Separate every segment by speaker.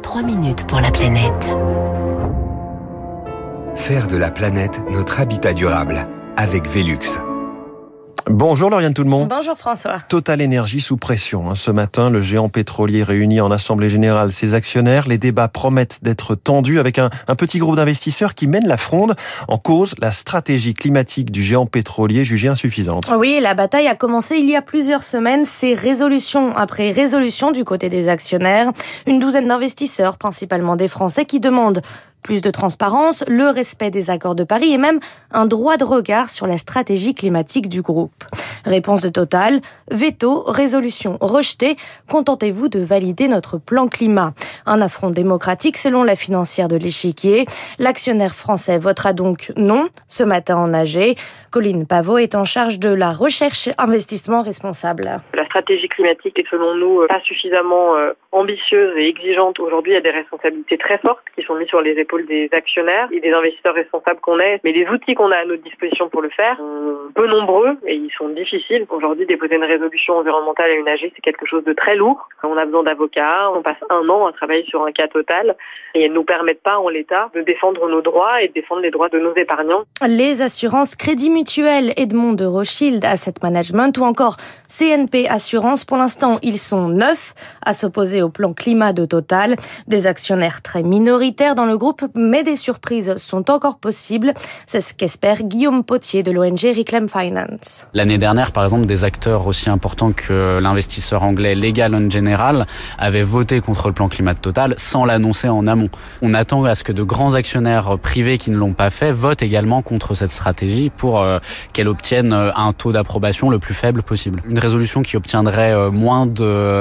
Speaker 1: 3 minutes pour la planète.
Speaker 2: Faire de la planète notre habitat durable avec Velux.
Speaker 3: Bonjour Lauriane tout le monde.
Speaker 4: Bonjour François.
Speaker 3: Total Énergie sous pression. Ce matin, le géant pétrolier réunit en Assemblée Générale ses actionnaires. Les débats promettent d'être tendus avec un petit groupe d'investisseurs qui mène la fronde. En cause, la stratégie climatique du géant pétrolier jugée insuffisante.
Speaker 4: Oui, la bataille a commencé il y a plusieurs semaines. C'est résolution après résolution du côté des actionnaires. Une douzaine d'investisseurs, principalement des Français, qui demandent plus de transparence, le respect des accords de Paris et même un droit de regard sur la stratégie climatique du groupe. Réponse de Total, veto, résolution rejetée. Contentez-vous de valider notre plan climat. Un affront démocratique selon la financière de l'Échiquier. L'actionnaire français votera donc non ce matin en AG. Colline Pavot est en charge de la recherche investissement responsable.
Speaker 5: La stratégie climatique est selon nous pas suffisamment ambitieuse et exigeante. Aujourd'hui, il y a des responsabilités très fortes qui sont mises sur les épaules des actionnaires et des investisseurs responsables qu'on est. Mais les outils qu'on a à notre disposition pour le faire sont peu nombreux et ils sont difficiles. Aujourd'hui, déposer une résolution environnementale à une AG, c'est quelque chose de très lourd. On a besoin d'avocats, on passe 1 an à travailler sur un cas Total et elles ne nous permettent pas en l'état de défendre nos droits et de défendre les droits de nos épargnants.
Speaker 4: Les assurances Crédit Mutuel, Edmond de Rothschild Asset Management ou encore CNP Assurance, pour l'instant, ils sont 9 à s'opposer au plan climat de Total. Des actionnaires très minoritaires dans le groupe, mais des surprises sont encore possibles. C'est ce qu'espère Guillaume Potier de l'ONG Reclaim Finance.
Speaker 6: L'année dernière, par exemple, des acteurs aussi importants que l'investisseur anglais Legal & General avaient voté contre le plan climat de Total sans l'annoncer en amont. On attend à ce que de grands actionnaires privés qui ne l'ont pas fait votent également contre cette stratégie pour qu'elle obtienne un taux d'approbation le plus faible possible. Une résolution qui obtiendrait moins de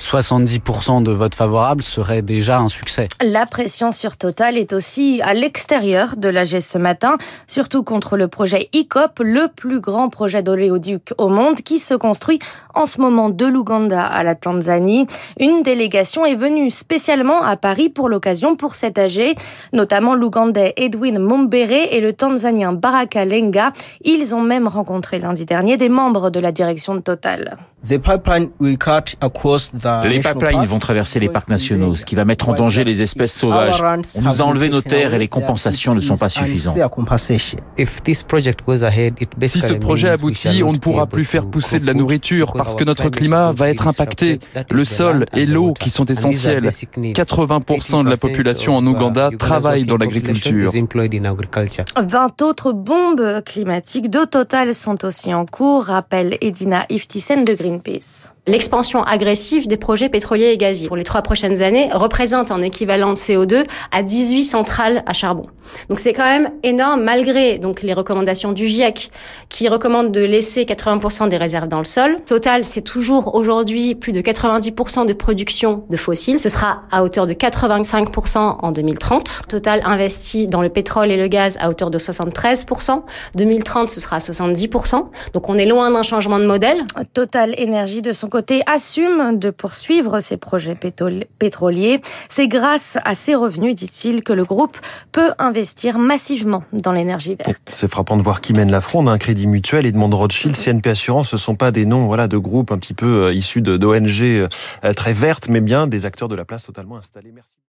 Speaker 6: 70% de votes favorables serait déjà un succès.
Speaker 4: La pression sur Total est aussi à l'extérieur de l'AG ce matin, surtout contre le projet ICOP, le plus grand projet d'oléoduc au monde qui se construit en ce moment de l'Ouganda à la Tanzanie. Une délégation est venue spécialement à Paris pour l'occasion pour cet AG, notamment l'Ougandais Edwin Mumbere et le Tanzanien Baraka Lenga. Ils ont même rencontré lundi dernier des membres de la direction de Total.
Speaker 7: Les pipelines vont traverser les parcs nationaux, ce qui va mettre en danger les espèces sauvages. On nous a enlevé nos terres et les compensations ne sont pas suffisantes.
Speaker 8: Si ce projet aboutit, on ne pourra plus faire pousser de la nourriture parce que notre climat va être impacté. Le sol et l'eau qui sont essentiels. 80% de la population en Ouganda travaille dans l'agriculture.
Speaker 4: 20 autres bombes climatiques de Total sont aussi en cours, rappelle Edina Iftisen de Greenpeace.
Speaker 9: L'expansion agressive des projets pétroliers et gaziers pour les 3 prochaines années représente en équivalent de CO2 à 18 centrales à charbon. Donc c'est quand même énorme malgré donc les recommandations du GIEC qui recommande de laisser 80% des réserves dans le sol. Total, c'est toujours aujourd'hui plus de 90% de production de fossiles. Ce sera à hauteur de 85% en 2030. Total investit dans le pétrole et le gaz à hauteur de 73%. 2030, ce sera à 70%. Donc on est loin d'un changement de modèle.
Speaker 4: Total Énergie de son côté assume de poursuivre ses projets pétroliers. C'est grâce à ces revenus, dit-il, que le groupe peut investir massivement dans l'énergie verte.
Speaker 3: C'est frappant de voir qui mène la fronde. Crédit Mutuel, Edmond de Rothschild, CNP Assurance, ce ne sont pas des noms de groupes un petit peu issus d'ONG très vertes, mais bien des acteurs de la place totalement installés. Merci.